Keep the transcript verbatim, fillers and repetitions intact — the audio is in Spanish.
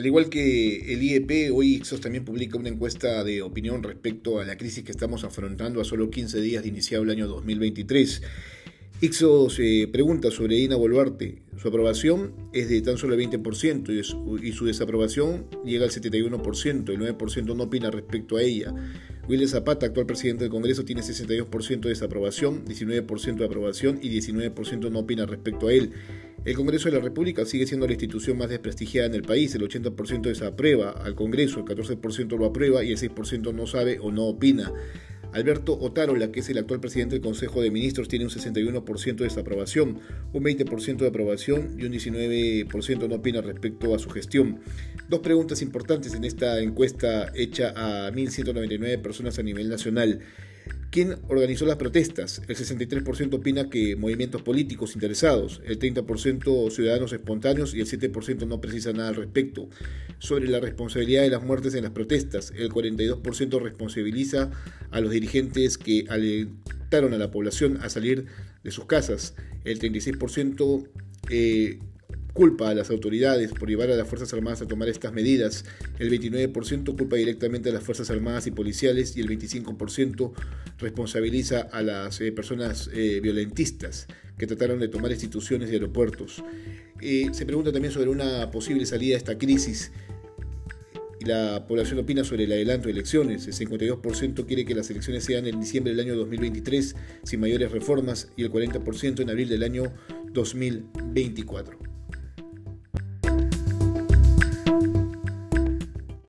Al igual que el I E P, hoy Ipsos también publica una encuesta de opinión respecto a la crisis que estamos afrontando a solo quince días de iniciado el año dos mil veintitrés. Ipsos eh, pregunta sobre Dina Boluarte. Su aprobación es de tan solo el veinte por ciento y su, y su desaprobación llega al setenta y uno por ciento. El nueve por ciento no opina respecto a ella. William Zapata, actual presidente del Congreso, tiene sesenta y dos por ciento de desaprobación, diecinueve por ciento de aprobación y diecinueve por ciento no opina respecto a él. El Congreso de la República sigue siendo la institución más desprestigiada en el país. El ochenta por ciento desaprueba al Congreso, el catorce por ciento lo aprueba y el seis por ciento no sabe o no opina. Alberto Otárola, que es el actual presidente del Consejo de Ministros, tiene un sesenta y uno por ciento de desaprobación, un veinte por ciento de aprobación y un diecinueve por ciento no opina respecto a su gestión. Dos preguntas importantes en esta encuesta hecha a mil ciento noventa y nueve personas a nivel nacional. ¿Quién organizó las protestas? El sesenta y tres por ciento opina que movimientos políticos interesados, el treinta por ciento ciudadanos espontáneos y el siete por ciento no precisa nada al respecto. Sobre la responsabilidad de las muertes en las protestas, el cuarenta y dos por ciento responsabiliza a los dirigentes que alentaron a la población a salir de sus casas. El treinta y seis por ciento eh, culpa a las autoridades por llevar a las Fuerzas Armadas a tomar estas medidas, el veintinueve por ciento culpa directamente a las Fuerzas Armadas y policiales y el veinticinco por ciento responsabiliza a las eh, personas eh, violentistas que trataron de tomar instituciones y aeropuertos. Eh, se pregunta también sobre una posible salida de esta crisis y la población opina sobre el adelanto de elecciones. El cincuenta y dos por ciento quiere que las elecciones sean en diciembre del año dos mil veintitrés sin mayores reformas y el cuarenta por ciento en abril del año dos mil veinticuatro.